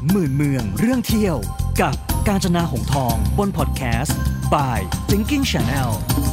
หมื่นเมืองเรื่องเที่ยวกับกาญจนาหงส์ทองบนพอดแคสต์ by Thinking Channel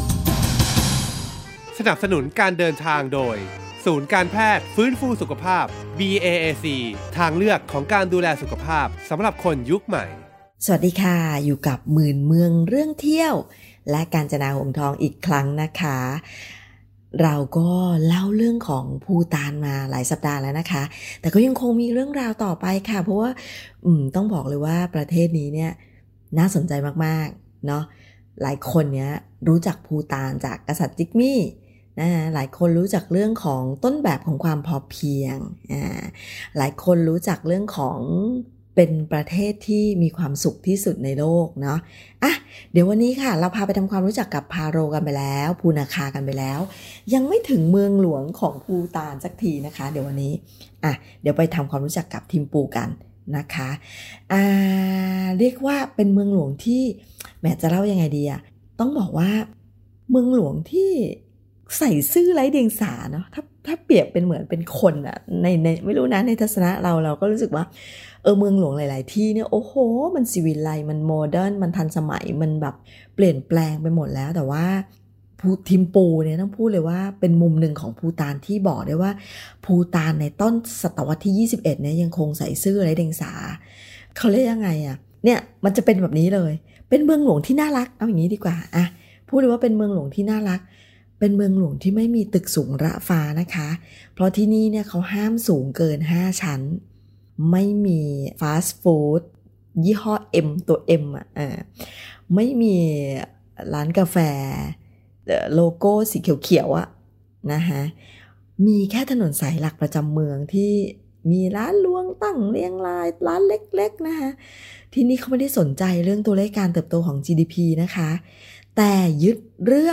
สนับสนุนการเดินทางโดยศูนย์การแพทย์ฟื้นฟูสุขภาพ BAAC ทางเลือกของการดูแลสุขภาพสำหรับคนยุคใหม่สวัสดีค่ะอยู่กับหมื่นเมืองเรื่องเที่ยวและกาญจนาหงส์ทองอีกครั้งนะคะเราก็เล่าเรื่องของภูฏานมาหลายสัปดาห์แล้วนะคะแต่ก็ยังคงมีเรื่องราวต่อไปค่ะเพราะว่าต้องบอกเลยว่าประเทศนี้เนี่ยน่าสนใจมากๆเนาะหลายคนเนี้ยรู้จักภูฏานจากกษัตริย์จิกมี่นะหลายคนรู้จักเรื่องของต้นแบบของความพอเพียงหลายคนรู้จักเรื่องของเป็นประเทศที่มีความสุขที่สุดในโลกเนาะเดี๋ยววันนี้ค่ะเราพาไปทำความรู้จักกับพาโรกันไปแล้วพูนาคากันไปแล้วยังไม่ถึงเมืองหลวงของภูฏานสักทีนะคะเดี๋ยววันนี้เดี๋ยวไปทำความรู้จักกับทิมปูกันนะคะเรียกว่าเป็นเมืองหลวงที่แหมจะเล่ายังไงดีต้องบอกว่าเมืองหลวงที่ใส่ซื่อไร้เดียงสาเนาะถ้าเปรียบเป็นเหมือนเป็นคนในไม่รู้นะในทัศนะเราก็รู้สึกว่าเมืองหลวงหลายๆที่เนี่ยโอ้โหมันศิวิไลซ์มันโมเดิร์นมันทันสมัยมันแบบเปลี่ยนแปลงไปหมดแล้วแต่ว่าทิมปูเนี่ยต้องพูดเลยว่าเป็นมุมหนึ่งของภูฏานที่บอกได้ว่าภูฏานในต้นศตวรรษที่21เนี่ยยังคงใส่ซื่อไร้เดียงสาเขาเรียกยังไงเนี่ยมันจะเป็นแบบนี้เลยเป็นเมืองหลวงที่น่ารักเอาอย่างนี้ดีกว่าพูดเลยว่าเป็นเมืองหลวงที่น่ารักเป็นเมืองหลวงที่ไม่มีตึกสูงระฟ้านะคะเพราะที่นี่เนี่ยเขาห้ามสูงเกิน5ชั้นไม่มีฟาสต์ฟู้ดยี่ห้อ M ตัว M ไม่มีร้านกาแฟโลโก้สีเขียวๆนะคะมีแค่ถนนสายหลักประจำเมืองที่มีร้านลวงตั้งเรียงรายร้านเล็กๆนะคะที่นี่เขาไม่ได้สนใจเรื่องตัวเลขการเติบโตของ GDP นะคะแต่ยึดเรื่อง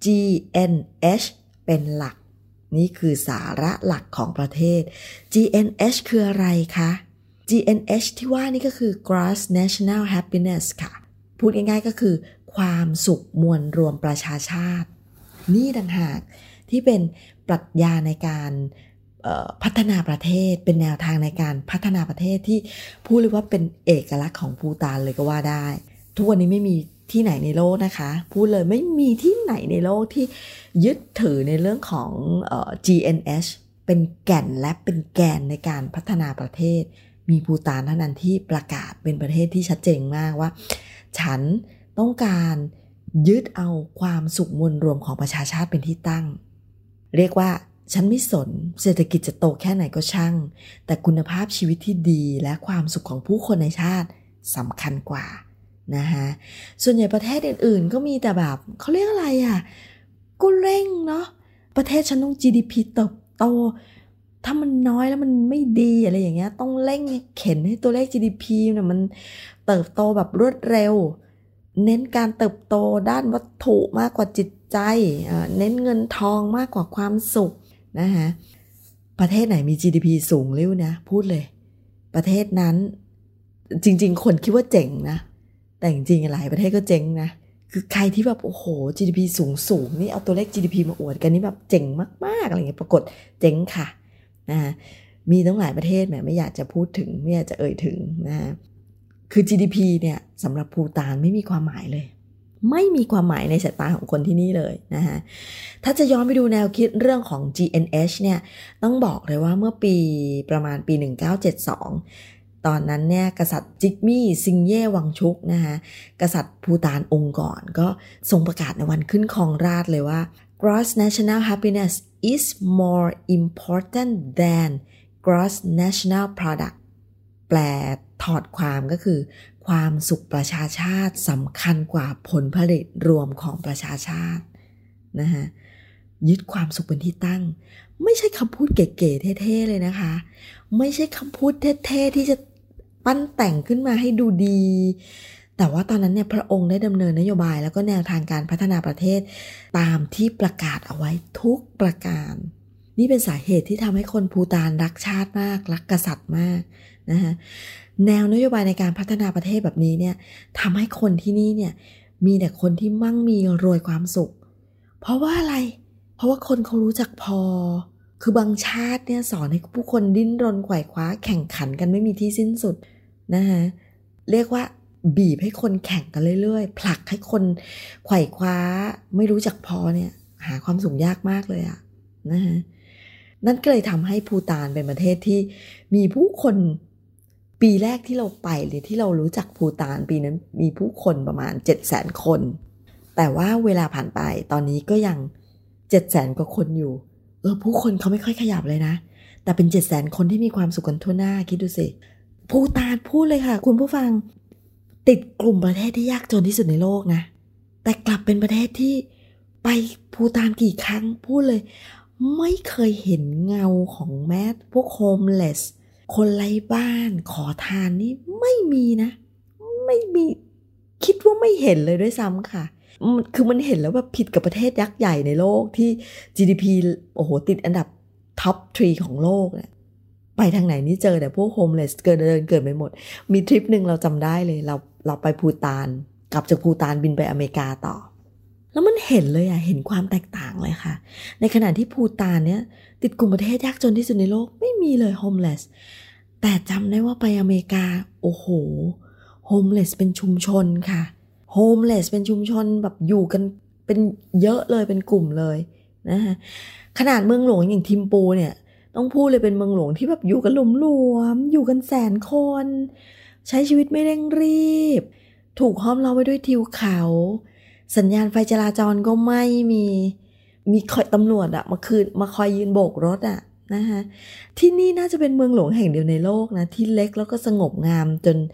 GNH เป็นหลักนี่คือสาระหลักของประเทศ GNH คืออะไรคะ GNH ที่ว่านี่ก็คือ Gross National Happiness ค่ะพูดง่ายๆก็คือความสุขมวลรวมประชาชาตินี่ต่างหากที่เป็นปรัชญาในการพัฒนาประเทศเป็นแนวทางในการพัฒนาประเทศที่พูดเลยว่าเป็นเอกลักษณ์ของภูฏานเลยก็ว่าได้ทุกวันนี้ไม่มีที่ไหนในโลกนะคะพูดเลยไม่มีที่ไหนในโลกที่ยึดถือในเรื่องของGNH เป็นแก่นและเป็นแกนในการพัฒนาประเทศมีภูฏานเท่านั้นที่ประกาศเป็นประเทศที่ชัดเจนมากว่าฉันต้องการยึดเอาความสุขมวลรวมของประชาชาติเป็นที่ตั้งเรียกว่าฉันไม่สนเศรษฐกิจจะโตแค่ไหนก็ช่างแต่คุณภาพชีวิตที่ดีและความสุขของผู้คนในชาติสำคัญกว่านะคะส่วนใหญ่ประเทศอื่นๆก็มีแต่แบบเขาเรียกอะไรก็เร่งเนาะประเทศฉันต้อง GDP เติบโตถ้ามันน้อยแล้วมันไม่ดีอะไรอย่างเงี้ยต้องเร่งเข็นให้ตัวเลข GDP เนี่ยมันเติบโตแบบรวดเร็วเน้นการเติบโตด้านวัตถุมากกว่าจิตใจเน้นเงินทองมากกว่าความสุขนะคะประเทศไหนมี GDP สูงริ้วนะพูดเลยประเทศนั้นจริงๆคนคิดว่าเจ๋งนะแต่จริงๆหลายประเทศก็เจ๋งนะคือใครที่แบบโอ้โห GDP สูงนี่เอาตัวเลข GDP มาอวดกันนี่แบบเจ๋งมากๆอะไรเงี้ยปรากฏเจ๋งค่ะนะมีตั้งหลายประเทศแหมไม่อยากจะพูดถึงไม่อยากจะเอ่ยถึงนะคือ GDP เนี่ยสำหรับภูฏานไม่มีความหมายเลยไม่มีความหมายในสายตาของคนที่นี่เลยนะคะถ้าจะย้อนไปดูแนวคิดเรื่องของ GNH เนี่ยต้องบอกเลยว่าเมื่อประมาณปี1972ตอนนั้นเนี่ยกษัตริย์จิกมี่ซิงเย่วังชุกนะคะกษัตริย์ภูฏานองค์ก่อนก็ทรงประกาศในวันขึ้นครองราชย์เลยว่า Gross National Happiness is more important than Gross National Product แปลถอดความก็คือความสุขประชาชาติสำคัญกว่าผลผลิตรวมของประชาชาตินะคะยึดความสุขเป็นที่ตั้งไม่ใช่คำพูดเก๋ๆเท่ๆเลยนะคะไม่ใช่คำพูดเท่ๆที่จะปั้นแต่งขึ้นมาให้ดูดีแต่ว่าตอนนั้นเนี่ยพระองค์ได้ดำเนินนโยบายแล้วก็แนวทางการพัฒนาประเทศตามที่ประกาศเอาไว้ทุกประการนี่เป็นสาเหตุที่ทำให้คนภูฏานรักชาติมากรักกษัตริย์มากนะคะแนวนโยบายในการพัฒนาประเทศแบบนี้เนี่ยทำให้คนที่นี่เนี่ยมีแต่คนที่มั่งมีรวยความสุขเพราะว่าอะไรเพราะว่าคนเขารู้จักพอคือบางชาติเนี่ยสอนให้ผู้คนดิ้นรนไขว่คว้าแข่งขันกันไม่มีที่สิ้นสุดนะคะเรียกว่าบีบให้คนแข่งกันเรื่อยๆผลักให้คนไขว่คว้าไม่รู้จักพอเนี่ยหาความสุขยากมากเลยอะนะคะนั่นก็เลยทำให้ภูฏานเป็นประเทศที่มีผู้คนปีแรกที่เราไปหรือที่เรารู้จักภูฏานปีนั้นมีผู้คนประมาณ 700,000 คนแต่ว่าเวลาผ่านไปตอนนี้ก็ยัง 700,000 กว่าคนอยู่ผู้คนเขาไม่ค่อยขยับเลยนะแต่เป็น 700,000 คนที่มีความสุขกันทั่วหน้าคิดดูสิภูฏานพูดเลยค่ะคุณผู้ฟังติดกลุ่มประเทศที่ยากจนที่สุดในโลกนะแต่กลับเป็นประเทศที่ไปภูฏานกี่ครั้งพูดเลยไม่เคยเห็นเงาของแม้พวกโฮมเลสคนไร้บ้านขอทานนี่ไม่มีนะไม่มีคิดว่าไม่เห็นเลยด้วยซ้ำค่ะคือมันเห็นแล้วแบบผิดกับประเทศยักษ์ใหญ่ในโลกที่ GDP โอ้โหติดอันดับท็อป 3 ของโลกเนี่ยไปทางไหนนี่เจอแต่พวกโฮมเลสเกิดไปหมดมีทริปนึงเราจำได้เลยเราไปภูฏานกลับจากภูฏานบินไปอเมริกาต่อแล้วมันเห็นเลยเห็นความแตกต่างเลยค่ะในขณะที่ภูฏานเนี่ยติดกลุ่มประเทศยากจนที่สุดในโลกไม่มีเลยโฮมเลสแต่จำได้ว่าไปอเมริกาโอ้โหโฮมเลสเป็นชุมชนค่ะโฮมเลสเป็นชุมชนแบบอยู่กันเป็นเยอะเลยเป็นกลุ่มเลยนะคะขนาดเมืองหลวงอย่างทิมปูเนี่ยต้องพูดเลยเป็นเมืองหลวงที่แบบอยู่กันหลวมๆอยู่กัน100,000 คนใช้ชีวิตไม่เร่งรีบถูกห้อมล้อมไว้ด้วยทิวเขาสัญญาณไฟจราจรก็ไม่มีตำรวจมาคอยยืนโบกรถนะคะที่นี่น่าจะเป็นเมืองหลวงแห่งเดียวในโลกนะที่เล็กแล้วก็สงบงามจน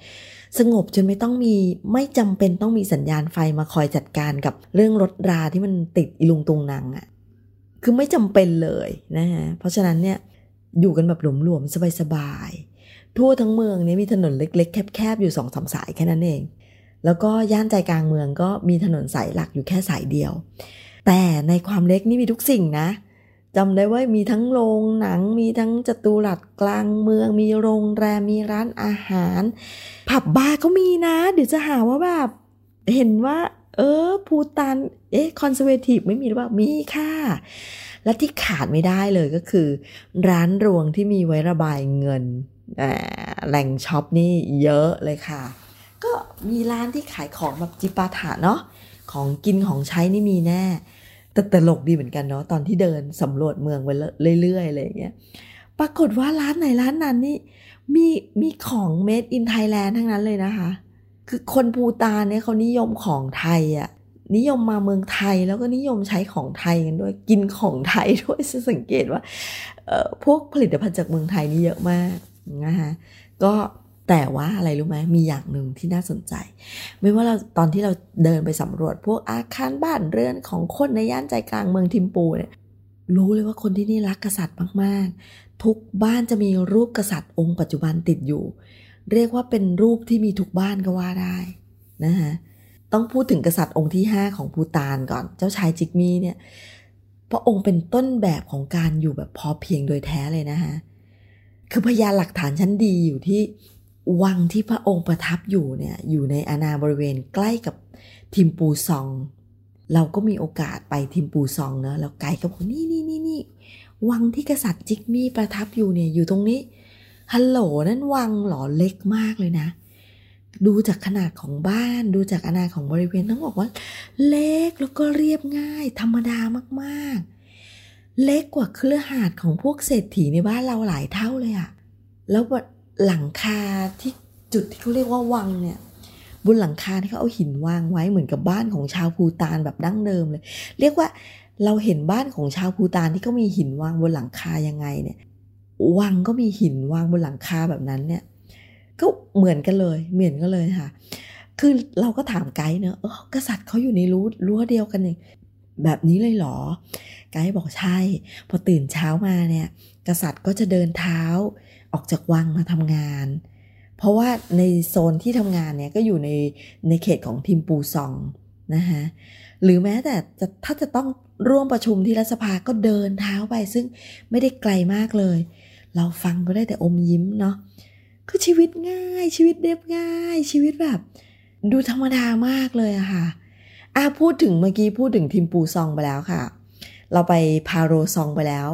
ไม่จำเป็นต้องมีสัญญาณไฟมาคอยจัดการกับเรื่องรถราที่มันติดอีลุงตุงนังคือไม่จำเป็นเลยนะฮะเพราะฉะนั้นเนี่ยอยู่กันแบบหลวมๆสบายๆทั่วทั้งเมืองนี้มีถนนเล็กๆแคบๆอยู่ 2-3 สายแค่นั้นเองแล้วก็ย่านใจกลางเมืองก็มีถนนสายหลักอยู่แค่สายเดียวแต่ในความเล็กนี่มีทุกสิ่งนะจำได้ว่ามีทั้งโรงหนังมีทั้งจัตุรัสกลางเมืองมีโรงแรมมีร้านอาหารผับบาร์ก็มีนะเดี๋ยวจะหาว่าแบบเห็นว่าภูฏานคอนเซอร์เวทีฟไม่มีหรือเปล่ามีค่ะและที่ขาดไม่ได้เลยก็คือร้านรวงที่มีไว้ระบายเงินแหล่งช็อปนี่เยอะเลยค่ะก็มีร้านที่ขายของแบบจิปาถะเนาะของกินของใช้นี่มีแน่แต่ตลกดีเหมือนกันเนาะตอนที่เดินสำรวจเมืองไปเรื่อยๆอะไรอย่างเงี้ยปรากฏว่าร้านไหนร้านนั้นนี่มีของ made in Thailand ทั้งนั้นเลยนะคะคือคนภูฏานเนี่ยเขานิยมของไทยนิยมมาเมืองไทยแล้วก็นิยมใช้ของไทยกันด้วยกินของไทยด้วยสังเกตว่าพวกผลิตภัณฑ์จากเมืองไทยนี่เยอะมากนะคะก็แต่ว่าอะไรรู้ไหมมีอย่างหนึ่งที่น่าสนใจไม่ว่าตอนที่เราเดินไปสำรวจพวกอาคารบ้านเรือนของคนในย่านใจกลางเมืองทิมปูเนี่ยรู้เลยว่าคนที่นี่รักกษัตริย์มากๆทุกบ้านจะมีรูปกษัตริย์องค์ปัจจุบันติดอยู่เรียกว่าเป็นรูปที่มีทุกบ้านก็ว่าได้นะคะต้องพูดถึงกษัตริย์องค์ที่5ของภูฏานก่อนเจ้าชายจิกมีเนี่ยพระองค์เป็นต้นแบบของการอยู่แบบพอเพียงโดยแท้เลยนะคะคือพยานหลักฐานชั้นดีอยู่ที่วังที่พระองค์ประทับอยู่เนี่ยอยู่ในอาณาบริเวณใกล้กับทิมปูซองเราก็มีโอกาสไปทิมปูซองเนะแล้วไกด์ก็บอกนี่วังที่กษัตริย์จิกมีประทับอยู่เนี่ยอยู่ตรงนี้ฮัลโหลนั่นวังหรอเล็กมากเลยนะดูจากขนาดของบ้านดูจากอาณาของบริเวณต้องบอกว่าเล็กแล้วก็เรียบง่ายธรรมดามากๆเล็กกว่าคฤหาสน์ของพวกเศรษฐีในบ้านเราหลายเท่าเลยแล้วหลังคาที่จุดที่เขาเรียกว่าวังเนี่ยบนหลังคาที่เขาเอาหินวางไว้เหมือนกับบ้านของชาวภูฏานแบบดั้งเดิมเลยเรียกว่าเราเห็นบ้านของชาวภูฏานที่เขามีหินวางบนหลังคายังไงเนี่ยวังก็มีหินวางบนหลังคาแบบนั้นเนี่ยก็เหมือนกันเลยค่ะคือเราก็ถามไกด์เนอะกษัตริย์เขาอยู่ในรั้วเดียวกันเองแบบนี้เลยเหรอไกด์บอกใช่พอตื่นเช้ามาเนี่ยกษัตริย์ก็จะเดินเท้าออกจากวังมาทำงานเพราะว่าในโซนที่ทำงานเนี่ยก็อยู่ในเขตของทิมปูซองนะคะหรือแม้แต่ถ้าจะต้องร่วมประชุมที่รัฐสภาก็เดินเท้าไปซึ่งไม่ได้ไกลมากเลยเราฟังก็ได้แต่อมยิ้มเนาะคือชีวิตง่ายชีวิตเรียบง่ายชีวิตแบบดูธรรมดามากเลยอะค่ะพูดถึงเมื่อกี้พูดถึงทิมปูซองไปแล้วค่ะเราไปพาโรซองไปแล้ว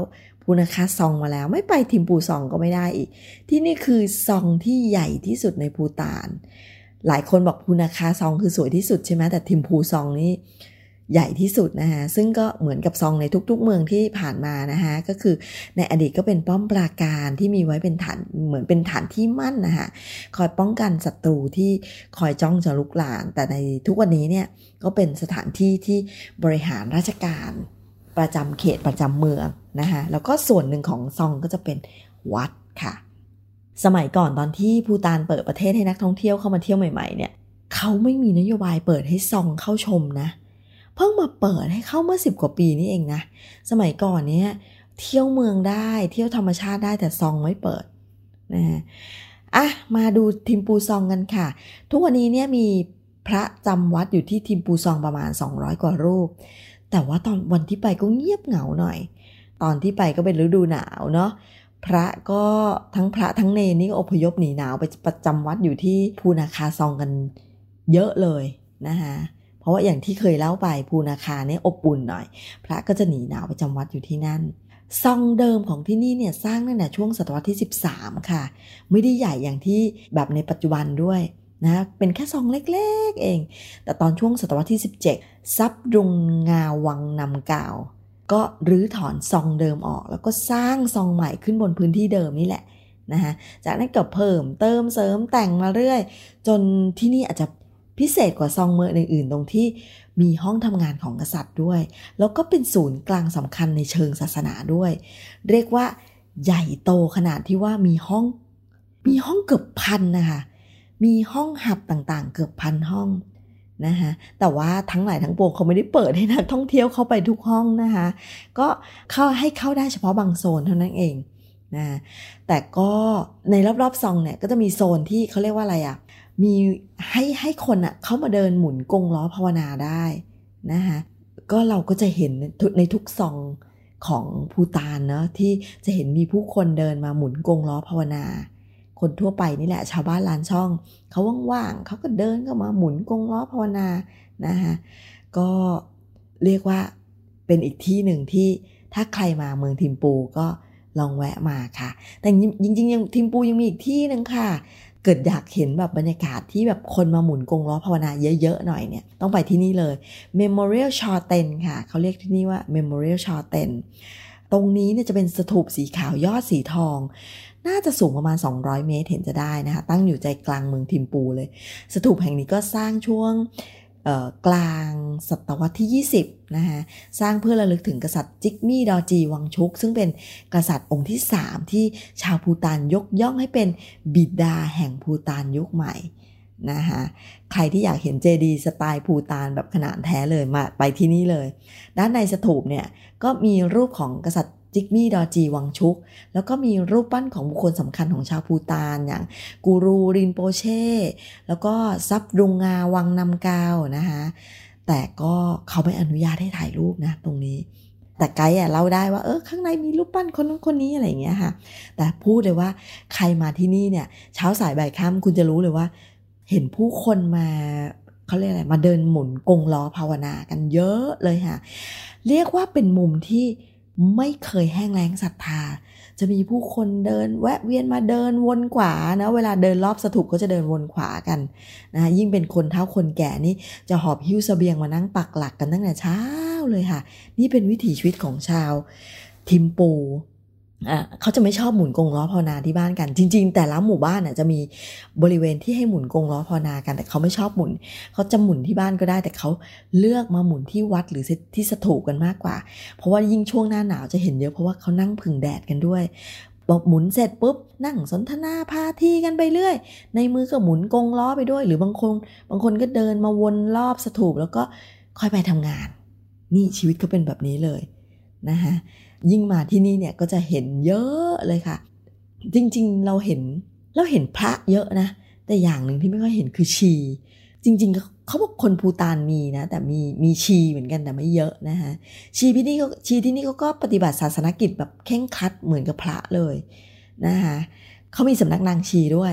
พูนาคาซองมาแล้วไม่ไปทิมพูซองก็ไม่ได้อีกที่นี่คือซองที่ใหญ่ที่สุดในภูฏานหลายคนบอกพูนาคาซองคือสวยที่สุดใช่ไหมแต่ทิมพูซองนี่ใหญ่ที่สุดนะคะซึ่งก็เหมือนกับซองในทุกๆเมืองที่ผ่านมานะคะก็คือในอดีตก็เป็นป้อมปราการที่มีไว้เป็นฐานเหมือนเป็นฐานที่มั่นนะคะคอยป้องกันศัตรูที่คอยจ้องจะลุกลานแต่ในทุกวันนี้เนี่ยก็เป็นสถานที่ที่บริหารราชการประจำเขตประจำเมืองนะคะแล้วก็ส่วนหนึ่งของซองก็จะเป็นวัดค่ะสมัยก่อนตอนที่ภูฏานเปิดประเทศให้นักท่องเที่ยวเข้ามาเที่ยวใหม่ๆเนี่ยเขาไม่มีนโยบายเปิดให้ซองเข้าชมนะเพิ่งมาเปิดให้เข้าเมื่อ10 กว่าปีนี้เองนะสมัยก่อนเนี่ยเที่ยวเมืองได้เที่ยวธรรมชาติได้แต่ซองไม่เปิดนะฮะมาดูทิมพูซองกันค่ะทุกวันนี้เนี่ยมีพระจำวัดอยู่ที่ทิมพูซองประมาณ200 กว่ารูปแต่ว่าตอนวันที่ไปก็เงียบเหงาหน่อยตอนที่ไปก็เป็นฤดูหนาวเนาะพระก็ทั้งพระทั้งเนรนี่อพยพหนีหนาวไปประจำวัดอยู่ที่พูนาคาซองกันเยอะเลยนะคะเพราะว่าอย่างที่เคยเล่าไปพูนาคาเนี่ยอบอุ่นหน่อยพระก็จะหนีหนาวไปจำวัดอยู่ที่นั่นซองเดิมของที่นี่เนี่ยสร้างตั้งแต่ช่วงศตวรรษที่13ค่ะไม่ได้ใหญ่อย่างที่แบบในปัจจุบันด้วยนะเป็นแค่ซองเล็กๆเองแต่ตอนช่วงศตวรรษที่17ซับรุงงาวังนำกาวก็รื้อถอนซองเดิมออกแล้วก็สร้างซองใหม่ขึ้นบนพื้นที่เดิมนี่แหละนะคะจากนั้นก็เพิ่มเติมเสริมแต่งมาเรื่อยจนที่นี่อาจจะพิเศษกว่าซองเมืองอื่นๆตรงที่มีห้องทำงานของกษัตริย์ด้วยแล้วก็เป็นศูนย์กลางสำคัญในเชิงศาสนาด้วยเรียกว่าใหญ่โตขนาดที่ว่ามีห้องเกือบพันนะคะมีห้องหับต่างๆเกือบพันห้องนะคะแต่ว่าทั้งหลายทั้งปวงเขาไม่ได้เปิดให้นักท่องเที่ยวเข้าไปทุกห้องนะคะก็เข้าได้เฉพาะบางโซนเท่านั้นเองนะแต่ก็ในรอบๆซองเนี่ยก็จะมีโซนที่เขาเรียกว่าอะไรอ่ะมีให้คนอ่ะเข้ามาเดินหมุนกงล้อภาวนาได้นะคะก็เราก็จะเห็นในทุกซองของภูฏานเนาะที่จะเห็นมีผู้คนเดินมาหมุนกงล้อภาวนาคนทั่วไปนี่แหละชาวบ้านลานช่องเขาว่างๆเขาก็เดินเข้ามาหมุนกงล้อภาวนานะคะก็เรียกว่าเป็นอีกที่หนึ่งที่ถ้าใครมาเมืองทิมพูก็ลองแวะมาค่ะแต่จริงๆยังทิมพูยังมีอีกที่นึงค่ะเกิดอยากเห็นแบบบรรยากาศที่แบบคนมาหมุนกงล้อภาวนาเยอะๆหน่อยเนี่ยต้องไปที่นี่เลย Memorial Chorten ค่ะเขาเรียกที่นี่ว่า Memorial Chorten ตรงนี้เนี่ยจะเป็นสถูปสีขาวยอดสีทองน่าจะสูงประมาณ200 เมตรเห็นจะได้นะคะตั้งอยู่ใจกลางเมืองทิมพูเลยสถูปแห่งนี้ก็สร้างช่วงกลางศตวรรษที่20นะคะสร้างเพื่อระลึกถึงกษัตริย์จิกมี่ดอจีวังชุกซึ่งเป็นกษัตริย์องค์ที่3ที่ชาวภูฏานยกย่องให้เป็นบิดาแห่งภูฏานยุคใหม่นะคะใครที่อยากเห็นเจดีย์สไตล์ภูฏานแบบขนาดแท้เลยมาไปที่นี่เลยด้านในสถูปเนี่ยก็มีรูปของกษัตริย์จิกมี่ดอจีวังชุกแล้วก็มีรูปปั้นของบุคคลสำคัญของชาวภูฏานอย่างกูรูรินโปเช่แล้วก็ซับรุงงาวังนำกาวนะคะแต่ก็เขาไม่อนุญาตให้ถ่ายรูปนะตรงนี้แต่ไกด์เล่าได้ว่าข้างในมีรูปปั้นคนนู้นคนนี้อะไรอย่างเงี้ยค่ะแต่พูดเลยว่าใครมาที่นี่เนี่ยเช้าสายบ่ายค่ำคุณจะรู้เลยว่าเห็นผู้คนมาเขาเรียกอะไรมาเดินหมุนกงล้อภาวนากันเยอะเลยค่ะเรียกว่าเป็นมุมที่ไม่เคยแห้งแล้งศรัทธาจะมีผู้คนเดินแวะเวียนมาเดินวนขวานะเวลาเดินรอบสถูปก็จะเดินวนขวากันนะยิ่งเป็นคนเฒ่าคนแก่นี่จะหอบหิ้วเสบียงมานั่งปักหลักกันตั้งแต่เช้าเลยค่ะนี่เป็นวิถีชีวิตของชาวทิมพูเขาจะไม่ชอบหมุนกงล้อภาวนาที่บ้านกันจริงๆแต่ละหมู่บ้านจะมีบริเวณที่ให้หมุนกงล้อภาวนากันแต่เขาไม่ชอบหมุนเขาจะหมุนที่บ้านก็ได้แต่เขาเลือกมาหมุนที่วัดหรือที่สถูปกันมากกว่าเพราะว่ายิ่งช่วงหน้าหนาวจะเห็นเยอะเพราะว่าเขานั่งผึ่งแดดกันด้วยบอกหมุนเสร็จปุ๊บนั่งสนทนาพาทีกันไปเรื่อยในมือก็หมุนกงล้อไปด้วยหรือบางคนก็เดินมาวนรอบสถูปแล้วก็ค่อยไปทำงานนี่ชีวิตเขาเป็นแบบนี้เลยนะคะยิ่งมาที่นี่เนี่ยก็จะเห็นเยอะเลยค่ะจริงๆเราเห็นพระเยอะนะแต่อย่างหนึ่งที่ไม่ค่อยเห็นคือชีจริงๆเขาบอกคนภูฏานมีนะแต่มีชีเหมือนกันแต่ไม่เยอะนะคะชีที่นี่เขาก็ปฏิบัติศาสนกิจแบบเคร่งครัดเหมือนกับพระเลยนะคะเขามีสำนักนางชีด้วย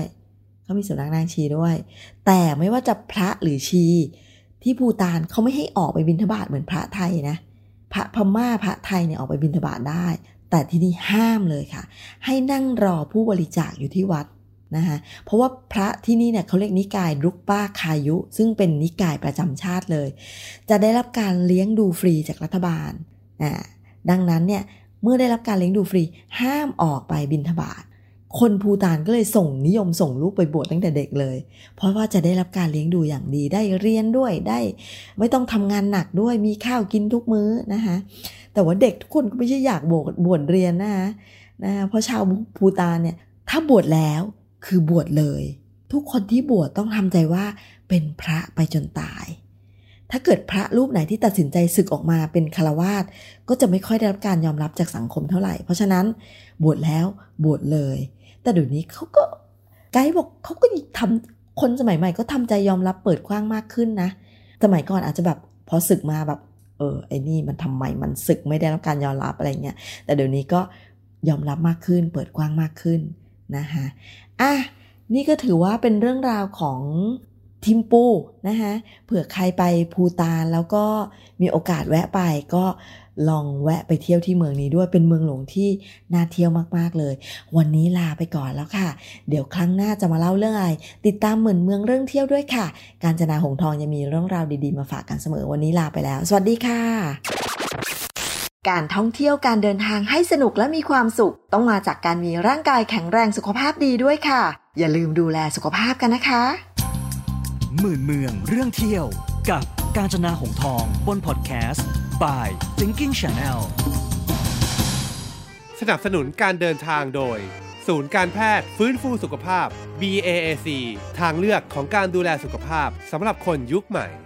แต่ไม่ว่าจะพระหรือชีที่ภูฏานเขาไม่ให้ออกไปบิณฑบาตเหมือนพระไทยนะพระพม่าพระไทยเนี่ยออกไปบิณฑบาตได้แต่ที่นี่ห้ามเลยค่ะให้นั่งรอผู้บริจาคอยู่ที่วัดนะคะเพราะว่าพระที่นี่เนี่ยเขาเรียกนิกายรุกป้าคายุซึ่งเป็นนิกายประจำชาติเลยจะได้รับการเลี้ยงดูฟรีจากรัฐบาลดังนั้นเนี่ยเมื่อได้รับการเลี้ยงดูฟรีห้ามออกไปบิณฑบาตคนภูฏานก็เลยนิยมส่งลูกไปบวชตั้งแต่เด็กเลยเพราะว่าจะได้รับการเลี้ยงดูอย่างดีได้เรียนด้วยได้ไม่ต้องทำงานหนักด้วยมีข้าวกินทุกมื้อนะคะแต่ว่าเด็กทุกคนก็ไม่ใช่อยากบวชเรียนนะเพราะชาวภูฏานเนี่ยถ้าบวชแล้วคือบวชเลยทุกคนที่บวชต้องทำใจว่าเป็นพระไปจนตายถ้าเกิดพระรูปไหนที่ตัดสินใจสึกออกมาเป็นฆราวาสก็จะไม่ค่อยได้รับการยอมรับจากสังคมเท่าไหร่เพราะฉะนั้นบวชแล้วบวชเลยแต่เดี๋ยวนี้เขาก็ไกด์บอกเขาก็ทำคนสมัยใหม่ก็ทำใจยอมรับเปิดกว้างมากขึ้นนะสมัยก่อนอาจจะแบบพอสึกมาแบบไอ้นี่มันทำไมมันสึกไม่ได้รับการยอมรับอะไรเงี้ยแต่เดี๋ยวนี้ก็ยอมรับมากขึ้นเปิดกว้างมากขึ้นนะคะนี่ก็ถือว่าเป็นเรื่องราวของทิมปูนะคะเผื่อใครไปภูฏานแล้วก็มีโอกาสแวะไปก็ลองแวะไปเที่ยวที่เมืองนี้ด้วยเป็นเมืองหลวงที่น่าเที่ยวมากๆเลยวันนี้ลาไปก่อนแล้วค่ะเดี๋ยวครั้งหน้าจะมาเล่าเรื่องอะไรติดตามเหมือนเมืองเรื่องเที่ยวด้วยค่ะกาญจนาหงส์ทองยังมีเรื่องราวดีๆมาฝากกันเสมอวันนี้ลาไปแล้วสวัสดีค่ะการท่องเที่ยวการเดินทางให้สนุกและมีความสุขต้องมาจากการมีร่างกายแข็งแรงสุขภาพดีด้วยค่ะอย่าลืมดูแลสุขภาพกันนะคะหมื่นเมืองเรื่องเที่ยวกับกาญจนาหงส์ทองบนพอดแคสต์ by Thinking Channel สนับสนุนการเดินทางโดยศูนย์การแพทย์ฟื้นฟูสุขภาพ BAAC ทางเลือกของการดูแลสุขภาพสำหรับคนยุคใหม่